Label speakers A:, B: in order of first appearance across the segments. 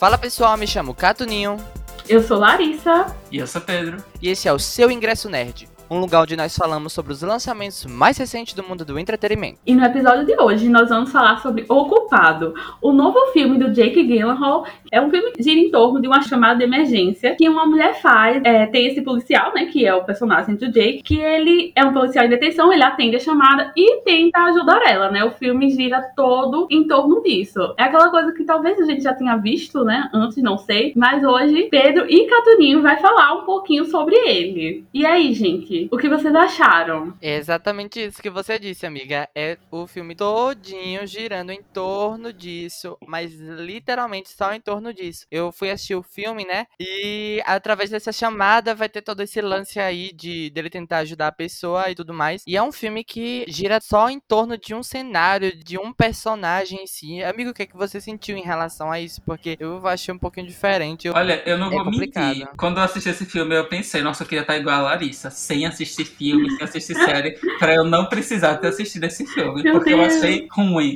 A: Fala pessoal, me chamo Catuninho.
B: Eu sou Larissa.
C: E eu sou Pedro.
A: E esse é o Seu Ingresso Nerd, um lugar onde nós falamos sobre os lançamentos mais recentes do mundo do entretenimento.
B: E no episódio de hoje nós vamos falar sobre O Culpado, o novo filme do Jake Gyllenhaal. É um filme que gira em torno de uma chamada de emergência que uma mulher faz. Tem esse policial, né, que é o personagem do Jake, que ele é um policial em detenção, ele atende a chamada e tenta ajudar ela, né? O filme gira todo em torno disso. É aquela coisa que talvez a gente já tenha visto, né, antes, não sei, mas hoje Pedro e Catuninho vai falar um pouquinho sobre ele. E aí, gente, o que vocês acharam?
A: É exatamente isso que você disse, amiga. É o filme todinho girando em torno disso, mas literalmente só em torno disso. Eu fui assistir o filme, né? E através dessa chamada vai ter todo esse lance aí dele tentar ajudar a pessoa e tudo mais. E é um filme que gira só em torno de um cenário, de um personagem em si. Amigo, o que é que você sentiu em relação a isso? Porque eu achei um pouquinho diferente.
C: Olha, eu não vou
A: complicado.
C: mentir. Quando eu assisti esse filme, eu pensei, nossa, eu queria estar igual a Larissa, sem assistir filme, sem assistir série, pra eu não precisar ter assistido esse filme.
B: Meu
C: Porque eu
B: Deus.
C: achei ruim.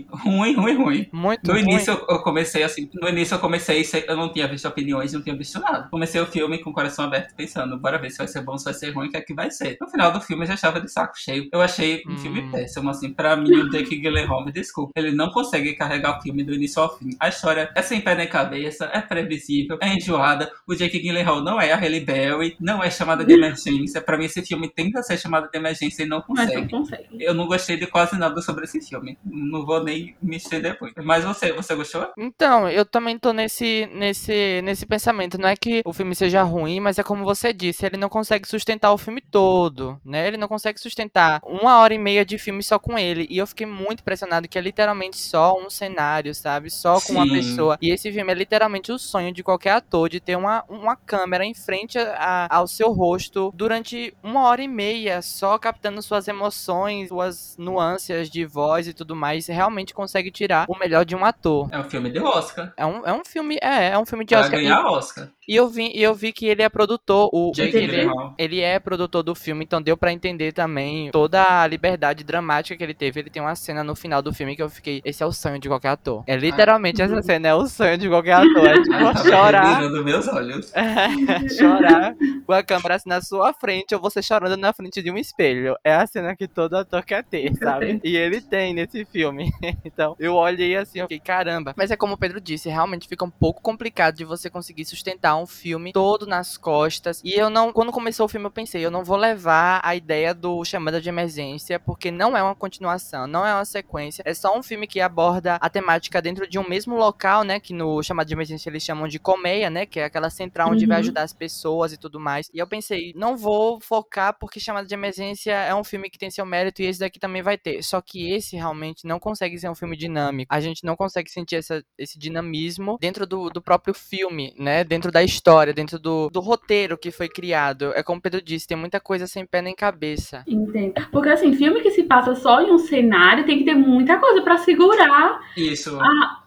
A: Muito
C: No
A: ruim.
C: início eu comecei assim, eu não tinha visto opiniões, não tinha visto nada. Comecei o filme com o coração aberto, pensando, bora ver se vai ser bom, se vai ser ruim, o que é que vai ser. No final do filme eu já estava de saco cheio. Eu achei um filme péssimo, assim, pra mim o Jake Gyllenhaal, me desculpa, ele não consegue carregar o filme do início ao fim. A história é sem pé nem cabeça, é previsível, é enjoada. O Jake Gyllenhaal não é a Halle Berry, não é chamada de emergência. Pra mim esse filme tenta ser chamada de emergência e não
B: Mas não
C: consegue.
B: consegue.
C: Eu não gostei de quase nada sobre esse filme. Não vou nem me estender muito. Mas você gostou?
A: Então, eu também tô nesse pensamento. Não é que o filme seja ruim, mas é como você disse, ele não consegue sustentar o filme todo, né? Ele não consegue sustentar 1h30 de filme só com ele. E eu fiquei muito impressionado que é literalmente só um cenário, sabe? Só com uma
C: Sim.
A: pessoa. E esse filme é literalmente o sonho de qualquer ator, de ter uma câmera em frente ao seu rosto durante 1h30, só captando suas emoções, suas nuances de voz e tudo mais. Realmente consegue tirar o melhor de um ator.
C: É um filme de Oscar.
A: É um filme, é um filme de
C: Pra
A: Oscar.
C: ganhar Oscar.
A: E eu vi que ele é produtor, o
C: Jake
B: Jake
C: Gyllenhaal.
A: ele é produtor do filme, então deu pra entender também toda a liberdade dramática que ele teve. Ele tem uma cena no final do filme que eu fiquei, esse é o sonho de qualquer ator. É literalmente essa cena, é o sonho de qualquer ator. É
C: Ai,
A: tipo
C: tava
A: chorar,
C: revirando meus olhos.
A: chorar com a câmera assim na sua frente ou você chorando na frente de um espelho. É a cena que todo ator quer ter, sabe? E ele tem nesse filme. Então, eu olhei assim, eu fiquei, caramba. Mas é como o Pedro disse, realmente fica um pouco complicado de você conseguir sustentar um filme todo nas costas. E eu não, quando começou o filme eu pensei, eu não vou levar a ideia do Chamada de Emergência, porque não é uma continuação, não é uma sequência. É só um filme que aborda a temática dentro de um mesmo local, né? Que no Chamada de Emergência eles chamam de colmeia, né? Que é aquela central onde vai ajudar as pessoas e tudo mais. E eu pensei, não vou focar porque Chamada de Emergência é um filme que tem seu mérito e esse daqui também vai ter. Só que esse realmente não consegue ser um filme dinâmico. A gente não consegue sentir esse dinamismo dentro do próprio filme, né? Dentro da história, dentro do roteiro que foi criado. É como o Pedro disse, tem muita coisa sem pé nem cabeça.
B: Entendo. Porque assim, filme que se passa só em um cenário tem que ter muita coisa pra segurar
C: Isso.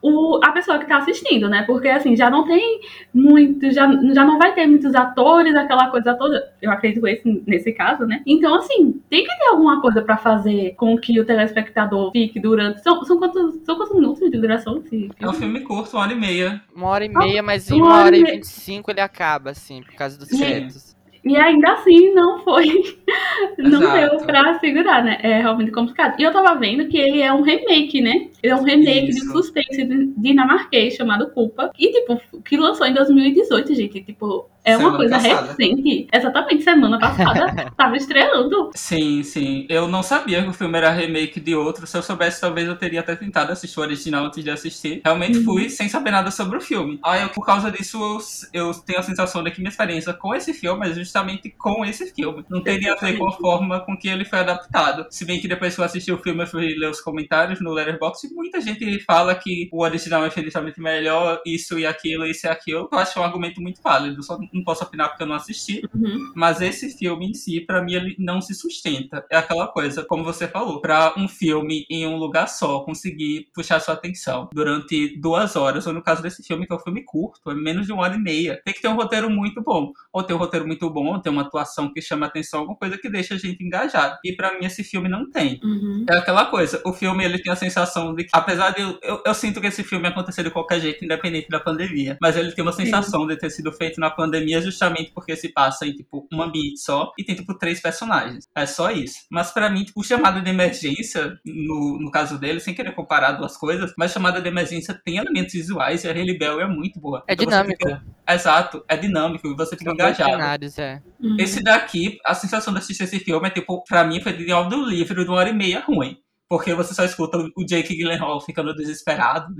B: a pessoa que tá assistindo, né? Porque assim, já não tem muito, já não vai ter muitos atores, aquela coisa toda. Eu acredito nesse caso, né? Então, assim, tem que ter alguma coisa pra fazer com que o telespectador fique durante. São quantos minutos de duração esse filme?
C: É um filme curto, 1h30.
A: 1h30, mas em
B: 1h30.
A: 1h25 ele acaba, assim, por causa dos
C: Sim.
A: créditos.
B: E ainda assim não foi. Não
C: Exato.
B: deu pra segurar, né? É realmente complicado. E eu tava vendo que ele é um remake, né? Ele é um remake de
C: Isso.
B: suspense dinamarquês chamado Culpa. E, tipo, que lançou em 2018, gente. Tipo, é uma
C: Semana
B: coisa
C: passada.
B: recente. Exatamente, semana passada. Tava estreando.
C: Sim, sim. Eu não sabia que o filme era remake de outro. Se eu soubesse, talvez eu teria até tentado assistir o original antes de assistir. Realmente fui sem saber nada sobre o filme. Por causa disso, eu tenho a sensação de que minha experiência com esse filme é justamente com esse filme. Não teria a ver com a forma com que ele foi adaptado. Se bem que depois que eu assisti o filme, eu fui ler os comentários no Letterboxd e muita gente fala que o original é infinitamente melhor, isso e aquilo, isso e aquilo. Eu acho um argumento muito válido. Só não posso opinar porque eu não assisti.
B: Uhum.
C: Mas esse filme em si, pra mim, ele não se sustenta. É aquela coisa, como você falou, pra um filme em um lugar só conseguir puxar sua atenção durante 2 horas, ou no caso desse filme, que é um filme curto, é menos de 1h30, tem que ter um roteiro muito bom. Ou ter um roteiro muito bom, ou ter uma atuação que chama atenção, alguma coisa que deixa a gente engajado. E pra mim, esse filme não tem.
B: Uhum.
C: É aquela coisa, o filme ele tem a sensação de que, apesar de eu sinto que esse filme aconteceu de qualquer jeito, independente da pandemia, mas ele tem uma sensação de ter sido feito na pandemia justamente porque se passa em, tipo, um ambiente só e tem, tipo, 3 personagens. É só isso. Mas pra mim, tipo, o chamado de emergência, no caso dele, sem querer comparar 2 coisas, mas chamada de emergência tem elementos visuais e a Hailey Bell é muito boa.
A: É
C: então
A: dinâmico.
C: Exato, é dinâmico e você fica engajado.
B: Uhum.
C: Esse daqui, a sensação de assistir esse filme é, tipo, pra mim foi de audiolivro de 1h30 ruim. Porque você só escuta o Jake Gyllenhaal ficando desesperado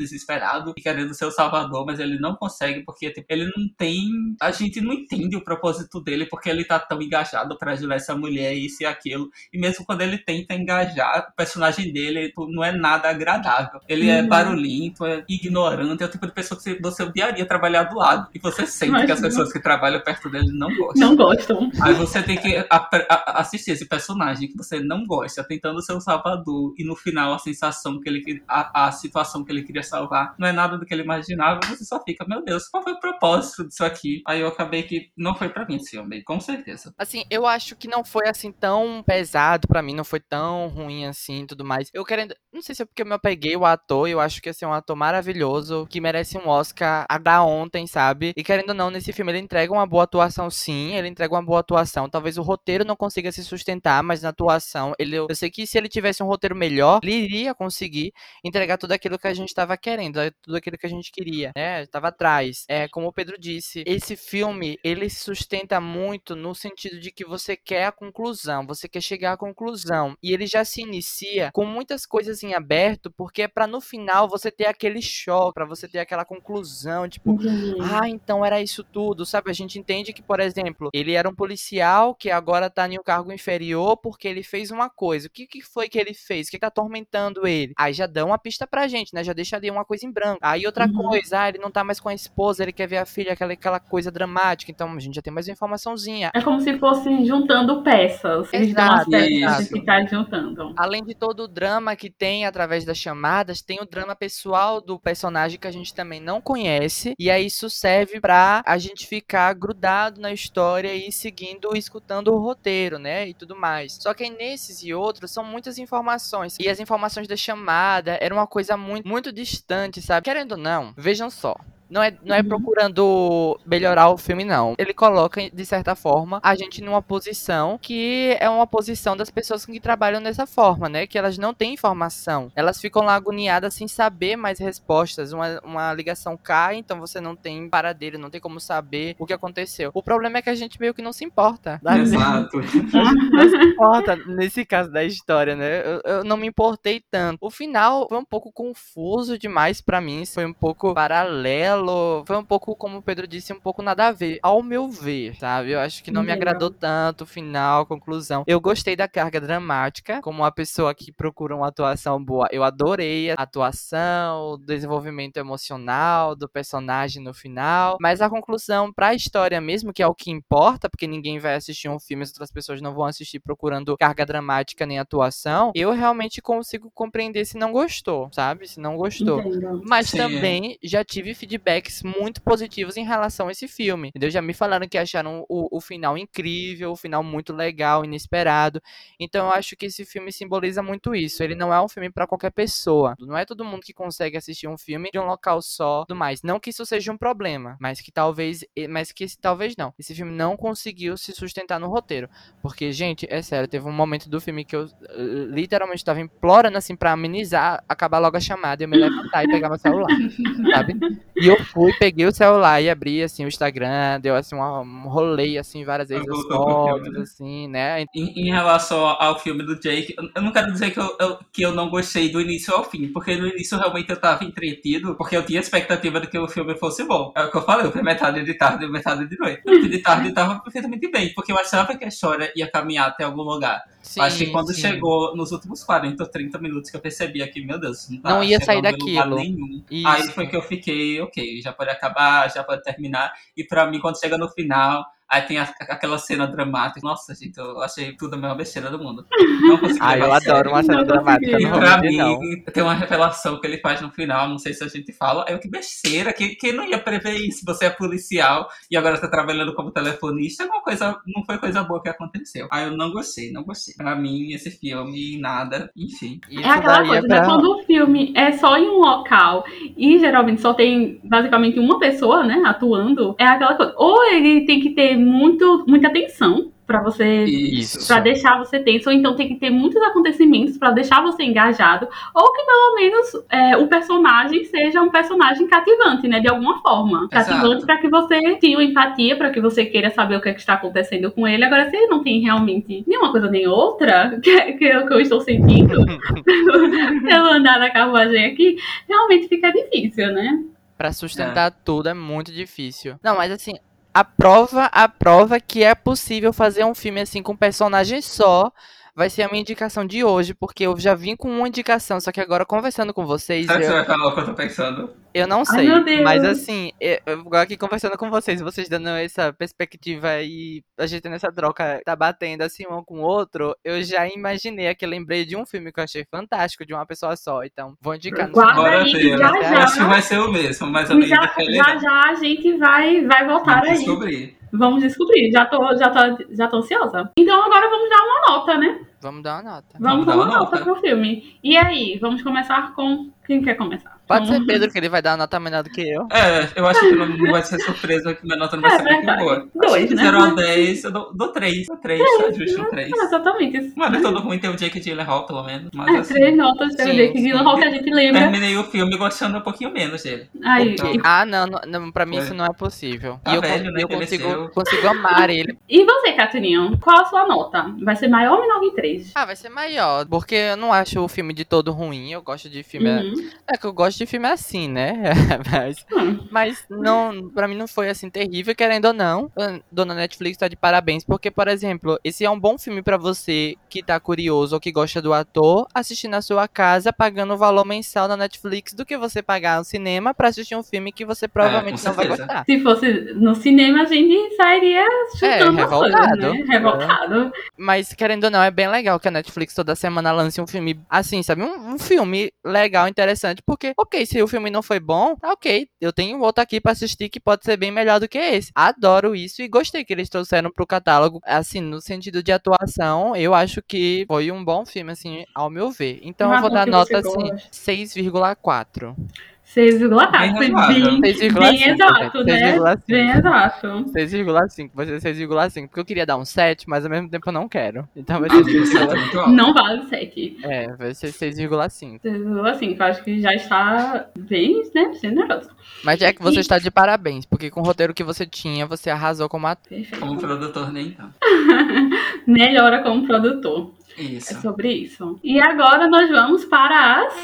C: e querendo ser o salvador, mas ele não consegue porque tipo, ele não tem... A gente não entende o propósito dele porque ele tá tão engajado pra ajudar essa mulher, isso e aquilo. E mesmo quando ele tenta engajar, o personagem dele não é nada agradável. Ele é barulhento, é ignorante, é o tipo de pessoa que você odiaria trabalhar do lado. E você sente que as pessoas que trabalham perto dele não gostam.
B: Não gostam.
C: Aí você tem que assistir esse personagem que você não gosta, tentando ser o salvador. E no final, a sensação que ele... A situação que ele queria salvar não é nada do que ele imaginava. Você só fica, meu Deus, qual foi o propósito disso aqui? Aí eu acabei que não foi pra mim esse filme, com certeza.
A: Assim, eu acho que não foi assim tão pesado pra mim, não foi tão ruim assim e tudo mais. Eu querendo... Não sei se é porque eu me apeguei o ator, eu acho que assim, é um ator maravilhoso, que merece um Oscar a dar ontem, sabe? E querendo ou não, nesse filme ele entrega uma boa atuação sim, ele entrega uma boa atuação. Talvez o roteiro não consiga se sustentar, mas na atuação, eu sei que se ele tivesse um roteiro melhor, ele iria conseguir entregar tudo aquilo que a gente estava querendo, tudo aquilo que a gente queria, né? Estava atrás. Como o Pedro disse, esse filme, ele se sustenta muito no sentido de que você quer a conclusão, você quer chegar à conclusão. E ele já se inicia com muitas coisas em aberto, porque é pra no final você ter aquele choque, pra você ter aquela conclusão, tipo, então era isso tudo, sabe? A gente entende que, por exemplo, ele era um policial que agora tá em um cargo inferior porque ele fez uma coisa. O que foi que ele fez? O que tá atormentando ele? Aí já dá uma pista pra gente, né? Já deixa ali uma coisa em branco. Aí outra coisa, ele não tá mais com a esposa, ele quer ver a filha, aquela coisa dramática. Então a gente já tem mais uma informaçãozinha.
B: É como se fosse juntando peças. Eles dão as peças pra
C: Isso.
B: ficar juntando.
A: Além de todo o drama que tem através das chamadas, tem o drama pessoal do personagem que a gente também não conhece. E aí isso serve pra a gente ficar grudado na história e seguindo, escutando o roteiro, né? E tudo mais. Só que aí nesses e outros são muitas informações. E as informações da chamada era uma coisa muito, muito distante, sabe? Querendo ou não, vejam só. Não é procurando melhorar o filme, não. Ele coloca, de certa forma, a gente numa posição que é uma posição das pessoas que trabalham dessa forma, né? Que elas não têm informação. Elas ficam lá agoniadas sem saber mais respostas. Uma ligação cai, então você não tem paradeiro, não tem como saber o que aconteceu. O problema é que a gente meio que não se importa.
C: Exato.
A: Não se importa nesse caso da história, né? Eu não me importei tanto. O final foi um pouco confuso demais pra mim. Foi um pouco paralelo. Foi um pouco, como o Pedro disse, um pouco nada a ver, ao meu ver, sabe? Eu acho que não me agradou tanto o final, a conclusão. Eu gostei da carga dramática, como uma pessoa que procura uma atuação boa. Eu adorei a atuação, o desenvolvimento emocional do personagem no final, mas a conclusão pra história mesmo, que é o que importa, porque ninguém vai assistir um filme, as outras pessoas não vão assistir procurando carga dramática nem atuação, eu realmente consigo compreender se não gostou, sabe? Se não gostou.
B: Entendo.
A: Mas
C: Sim.
A: também já tive feedbacks muito positivos em relação a esse filme, entendeu? Já me falaram que acharam o final incrível, o final muito legal, inesperado. Então eu acho que esse filme simboliza muito isso. Ele não é um filme pra qualquer pessoa. Não é todo mundo que consegue assistir um filme de um local só, do mais. Não que isso seja um problema, mas que talvez não. Esse filme não conseguiu se sustentar no roteiro, porque, gente, é sério, teve um momento do filme que eu literalmente tava implorando assim pra amenizar, acabar logo a chamada e eu me levantar e pegar meu celular, sabe? E eu fui, peguei o celular e abri, assim, o Instagram, deu, assim, um rolê, assim, várias vezes as fotos, assim, né?
C: Em relação ao filme do Jake, eu não quero dizer que eu não gostei do início ao fim, porque no início realmente eu tava entretido, porque eu tinha expectativa de que o filme fosse bom. É o que eu falei, eu fui metade de tarde e metade de noite. De tarde tava perfeitamente bem, porque eu achava que a história ia caminhar até algum lugar.
A: Sim,
C: Acho que quando
A: sim.
C: chegou nos últimos 40 ou 30 minutos que eu percebi que, meu Deus, não tá
A: Não ia sair
C: chegando em lugar
A: daquilo.
C: nenhum. Aí
A: Isso.
C: foi que eu fiquei, ok, já pode acabar, já pode terminar. E pra mim, quando chega no final, aí tem aquela cena dramática. Nossa, gente, eu achei tudo a mesma besteira do mundo. Não consegui
A: Ah,
C: levar
A: eu
C: a
A: adoro
C: sério.
A: uma cena
B: Não
A: dramática,
B: consegui.
A: não
C: E
A: vou
C: pra
A: mentir,
C: mim,
A: não.
C: tem uma revelação que ele faz no final, não sei se a gente fala, que besteira, que não ia prever isso. Você é policial e agora tá trabalhando como telefonista, não foi coisa boa que aconteceu. Aí eu não gostei, não gostei. Pra mim, esse filme, nada, enfim.
B: É
A: Isso
B: aquela
A: daí é
B: coisa, né?
A: pra.
B: Quando o filme é só em um local e geralmente só tem basicamente uma pessoa, né, atuando, é aquela coisa. Ou ele tem que ter muita atenção pra você,
C: Isso.
B: pra deixar você tenso, ou então tem que ter muitos acontecimentos pra deixar você engajado, ou que pelo menos o personagem seja um personagem cativante, né, de alguma forma. Cativante
C: Exato.
B: pra que você tenha embatia, pra que você queira saber o que, é que está acontecendo com ele. Agora, se ele não tem realmente nenhuma coisa nem outra, que eu estou sentindo, pelo andar da carruagem aqui, realmente fica difícil, né?
A: Pra sustentar tudo é muito difícil. Não, mas assim, a prova que é possível fazer um filme assim com um personagem só vai ser a minha indicação de hoje, porque eu já vim com uma indicação, só que agora conversando com vocês,
C: Será que você vai falar o que eu tô pensando?
A: eu não
B: Ai, meu
A: sei, mas
B: Deus.
A: assim, eu vou aqui conversando com vocês dando essa perspectiva e a gente nessa troca tá batendo assim um com o outro, eu já imaginei aqui, lembrei de um filme que eu achei fantástico, de uma pessoa só, então vou indicar no final.
B: Guarda
C: Bora
B: aí que
C: ver,
B: já
C: né?
B: já,
C: Acho que vai ser o mesmo, mas eu nem
B: já,
C: deixei ele
B: já,
C: não.
B: já a gente vai voltar
C: Vamos
B: aí.
C: descobrir.
B: Vamos descobrir. Já tô ansiosa. Então agora vamos dar uma nota, né?
A: Vamos dar uma nota.
B: Vamos
C: Vamos dar
B: dar
C: uma
B: uma nota
C: nota.
B: pro filme. E aí, vamos começar com... Quem quer começar?
A: Pode ser Pedro, que ele vai dar uma nota menor do que eu.
C: Eu acho que não vai ser surpresa, que minha nota não vai
B: É
C: ser muito
B: verdade.
C: boa. Acho
B: 2,
C: que de
B: né?
C: 0 a 10, eu dou 3. Dou 3, tá justo, um 3.
B: Exatamente.
C: Não é de todo ruim ter o Jake Gyllenhaal, pelo menos. Mas assim,
B: 3 notas pelo
A: Sim,
B: Jake
A: sim.
B: Gyllenhaal que a gente lembra.
C: terminei o filme gostando um pouquinho menos dele.
B: Aí,
C: Então,
A: Ah, não, pra mim
C: Foi.
A: isso não é possível.
C: Tá
A: E eu,
C: velho, né?
A: eu consigo,
C: Envelheceu.
A: consigo amar ele.
B: e você, Caturinho? Qual a sua nota? Vai ser maior ou menor que 3?
A: Ah, vai ser maior, porque eu não acho o filme de todo ruim, eu gosto de filme...
B: Uhum.
A: É que eu gosto de filme assim, né? Mas não, pra mim não foi assim terrível, querendo ou não. Dona Netflix tá de parabéns, porque, por exemplo, esse é um bom filme pra você que tá curioso ou que gosta do ator, assistir na sua casa, pagando o valor mensal na Netflix, do que você pagar no cinema pra assistir um filme que você
C: Com
A: provavelmente não vai
C: certeza.
A: gostar.
B: Se fosse no cinema, a gente sairia chutando as coisas,
A: revoltado.
B: né? Revoltado.
A: Mas, querendo ou não, é bem legal que a Netflix toda semana lance um filme assim, sabe? Um filme legal, interessante. Porque, ok, se o filme não foi bom, tá ok. Eu tenho outro aqui pra assistir que pode ser bem melhor do que esse. Adoro isso e gostei que eles trouxeram pro catálogo. Assim, no sentido de atuação, eu acho que foi um bom filme, assim, ao meu ver. Então eu vou dar
B: que
A: nota,
B: você
A: assim,
B: gosta.
A: 6,4.
B: 6,4. Foi
C: Bem razoável.
B: bem
A: 6,5,
B: exato,
A: gente,
B: né?
A: 6,5.
B: Bem exato.
A: 6,5, vai ser 6,5, porque eu queria dar um 7, mas ao mesmo tempo eu não quero. Então vai ser
C: Amigo, você tá
A: 6,5.
C: muito alto.
B: Não vale 7.
A: Vai ser 6,5.
B: 6,5, que eu acho que já está bem, né, generoso.
A: Mas já que você
B: E-
A: está de parabéns, porque com o roteiro que você tinha, você arrasou como ator.
B: Perfeito.
C: Como produtor, nem então.
B: Melhora como produtor. É
C: Isso.
B: sobre isso. E agora nós vamos para as...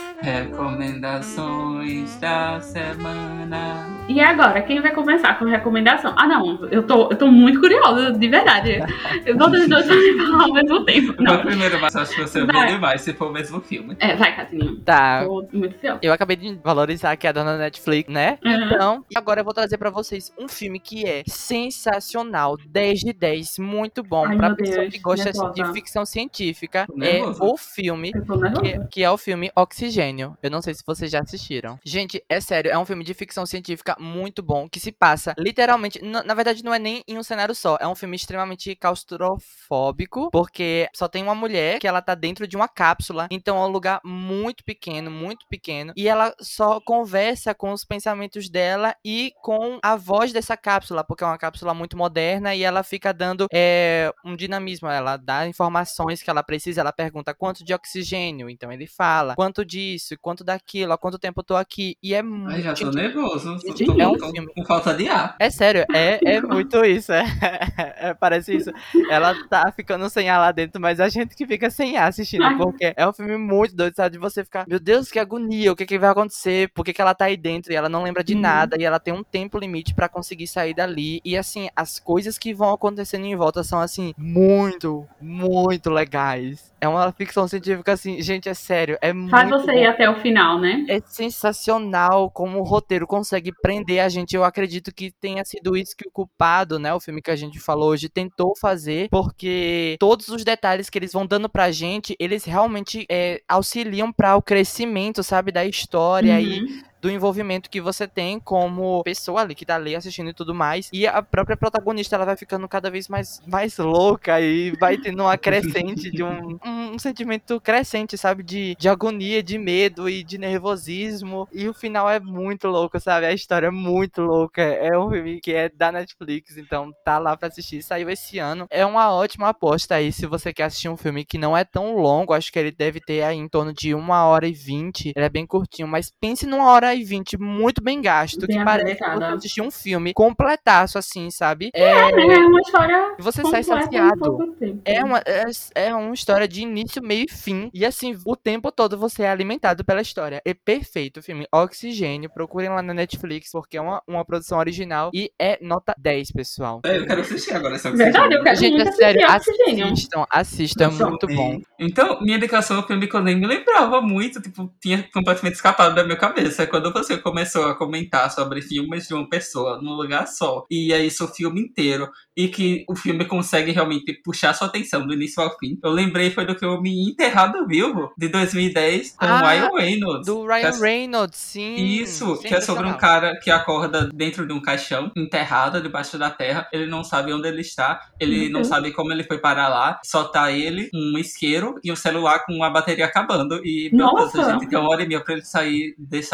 C: Recomendações da semana.
B: E agora, quem vai começar com recomendação? Ah, não, eu tô muito curiosa, de verdade. Vocês dois podem falar ao mesmo tempo.
C: Foi o
B: Não.
C: primeiro, mas acho que você
B: Vai.
C: viu demais se for o mesmo filme.
B: Vai, Catininho.
A: Tá.
B: Tô muito ansiosa.
A: Eu acabei de valorizar aqui a dona Netflix, né?
B: Uhum.
A: Então, agora eu vou trazer pra vocês um filme que é sensacional, 10 de 10, muito bom.
B: Ai,
A: Pra
B: meu
A: pessoa
B: Deus,
A: que gosta assim,
B: nervosa.
A: de ficção científica,
C: Tô
A: é
C: nervoso.
A: o filme
B: Eu tô nervosa.
A: que é o filme Oxigênio. Eu não sei se vocês já assistiram. Gente, é sério, é um filme de ficção científica muito bom, que se passa literalmente, na verdade não é nem em um cenário só, é um filme extremamente claustrofóbico, porque só tem uma mulher que ela tá dentro de uma cápsula, então é um lugar muito pequeno, e ela só conversa com os pensamentos dela e com a voz dessa cápsula, porque é uma cápsula muito moderna e ela fica dando um dinamismo, ela dá informações que ela precisa, ela pergunta quanto de oxigênio, então ele fala quanto disso, quanto daquilo, há quanto tempo eu tô aqui, e é
C: Ai,
A: muito...
C: já tô nervoso.
A: gente,
C: Tô
A: é um
C: com
A: filme...
C: falta de ar.
A: É sério, é muito isso, parece isso. Ela tá ficando sem ar lá dentro, mas a gente que fica sem ar assistindo,
B: Ai.
A: porque é um filme muito doido, sabe? De você ficar, meu Deus, que agonia, o que que vai acontecer? Por que que ela tá aí dentro e ela não lembra de nada? E ela tem um tempo limite pra conseguir sair dali. E assim, as coisas que vão acontecendo em volta são assim, muito, muito legais. É uma ficção científica, assim, gente, é sério, é
B: Faz
A: muito
B: você
A: bom.
B: ir até o final, né?
A: É sensacional como o roteiro consegue prender a gente. Eu acredito que tenha sido isso que o Culpado, né, o filme que a gente falou hoje, tentou fazer, porque todos os detalhes que eles vão dando pra gente, eles realmente auxiliam para o crescimento, sabe, da história e
B: Uhum.
A: do envolvimento que você tem como pessoa ali que tá ali assistindo e tudo mais. E a própria protagonista, ela vai ficando cada vez mais louca e vai tendo uma crescente de um sentimento crescente, sabe? De agonia, de medo e de nervosismo. E o final é muito louco, sabe? A história é muito louca. É um filme que é da Netflix, então tá lá pra assistir. Saiu esse ano. É uma ótima aposta aí se você quer assistir um filme que não é tão longo. Acho que ele deve ter aí em torno de 1h20. Ele é bem curtinho, mas pense numa hora e 20 muito bem gasto,
B: Bem
A: que parece que você
B: aproveitada.
A: assistiu um filme completaço, assim, sabe?
B: É uma história
A: Você sai
B: completa em
A: saciado.
B: pouco tempo.
A: É uma história de início, meio e fim. E assim, o tempo todo você é alimentado pela história. É perfeito o filme. Oxigênio. Procurem lá na Netflix, porque é uma produção original. E é nota 10, pessoal.
C: Eu quero assistir agora essa
B: Verdade, eu quero
A: Gente,
B: muito
A: é sério,
B: assistir Oxigênio.
A: assistam, é muito bom.
C: Então, minha indicação é um filme que eu nem me lembrava muito, tipo, tinha completamente escapado da minha cabeça. Quando você começou a comentar sobre filmes de uma pessoa num lugar só, e é isso o filme inteiro, e que o filme consegue realmente puxar sua atenção do início ao fim, eu lembrei foi do filme Enterrado Vivo, de 2010, com o Ryan Reynolds.
A: Do Ryan Reynolds, sim.
C: Isso, que é sobre um cara que acorda dentro de um caixão, enterrado debaixo da terra. Ele não sabe onde ele está, ele não sabe como ele foi parar lá. Só tá ele, um isqueiro e um celular com a bateria acabando. E, meu Deus, a gente tem 1h30 pra ele sair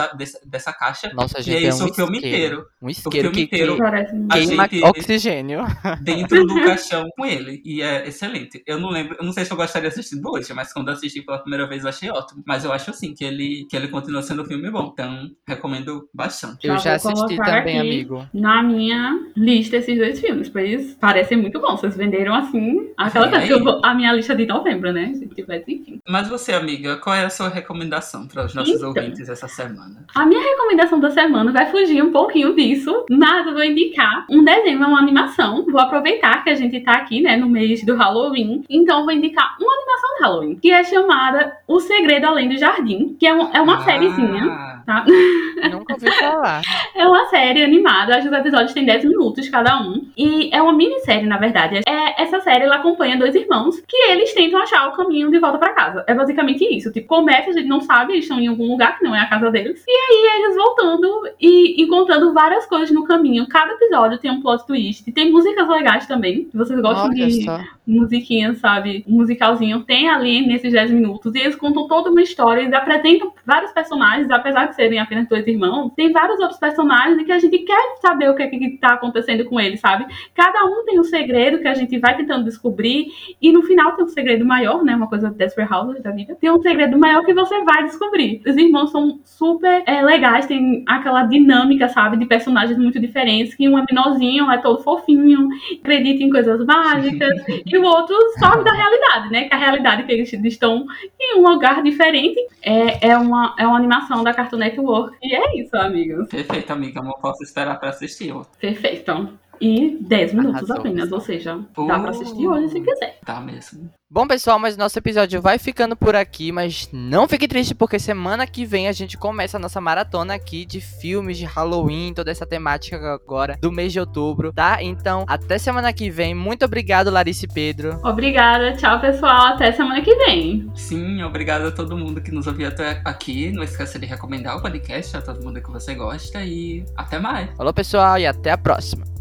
C: dessa caixa.
A: Nossa,
C: e
A: gente,
C: é isso o filme inteiro.
A: Um
C: O
A: isqueiro
C: filme inteiro, a
A: queima
C: gente
A: oxigênio.
C: dentro do caixão com ele. E é excelente. Eu não sei se eu gostaria de assistir hoje, mas quando eu assisti pela primeira vez eu achei ótimo. Mas eu acho assim que ele continua sendo um filme bom. Então, recomendo bastante.
A: Eu já
B: vou
A: assisti
B: colocar
A: também,
B: aqui
A: amigo.
B: na minha lista esses dois filmes, pois parecem muito bons. Vocês venderam assim aquela coisa que a minha lista de novembro, né? Se tivesse, enfim.
C: Mas você, amiga, qual é a sua recomendação para os nossos ouvintes essa semana?
B: A minha recomendação da semana vai fugir um pouquinho disso, mas eu vou indicar um desenho, uma animação. Vou aproveitar que a gente tá aqui, né, no mês do Halloween. Então eu vou indicar uma animação de Halloween, que é chamada O Segredo Além do Jardim, que é uma sériezinha, tá?
A: Nunca ouvi falar.
B: É uma série animada, os episódios têm 10 minutos cada um. E é uma minissérie, na verdade. Essa série, ela acompanha dois irmãos que eles tentam achar o caminho de volta pra casa. É basicamente isso. Tipo, começa, a gente não sabe, eles estão em algum lugar que não é a casa deles. E aí, eles voltando e encontrando várias coisas no caminho. Cada episódio tem um plot twist. Tem músicas legais também. Se vocês gostam de musiquinha, sabe? Um musicalzinho. Tem ali nesses 10 minutos. E eles contam toda uma história. Eles apresentam vários personagens, apesar de serem apenas dois irmãos. Tem vários outros personagens e que a gente quer saber o que é que tá acontecendo com eles, sabe? Cada um tem um segredo que a gente vai tentando descobrir. E no final tem um segredo maior, né? Uma coisa Desperate Housewives da vida. Tem um segredo maior que você vai descobrir. Os irmãos são super legais. Tem aquela dinâmica, sabe? De personagens muito diferentes. Que um é menorzinho, é todo fofinho, acredita em coisas mágicas. E o outro sabe da realidade, né? Que a realidade que eles estão em um lugar diferente. É uma animação da Cartoon Network. E é isso, amigos.
C: Perfeito, amiga. Não posso esperar pra assistir.
B: Perfeito. E 10 minutos
A: Arrasou,
B: apenas,
A: pessoal.
B: ou seja, dá pra assistir hoje se quiser.
C: Tá mesmo.
A: Bom, pessoal, mas nosso episódio vai ficando por aqui, mas não fique triste porque semana que vem a gente começa a nossa maratona aqui de filmes de Halloween, toda essa temática agora do mês de outubro, tá? Então, até semana que vem. Muito obrigado, Larissa e Pedro.
B: Obrigada, tchau, pessoal. Até semana que vem.
C: Sim, obrigado a todo mundo que nos ouviu até aqui. Não esqueça de recomendar o podcast a todo mundo que você gosta e até mais.
A: Falou, pessoal, e até a próxima.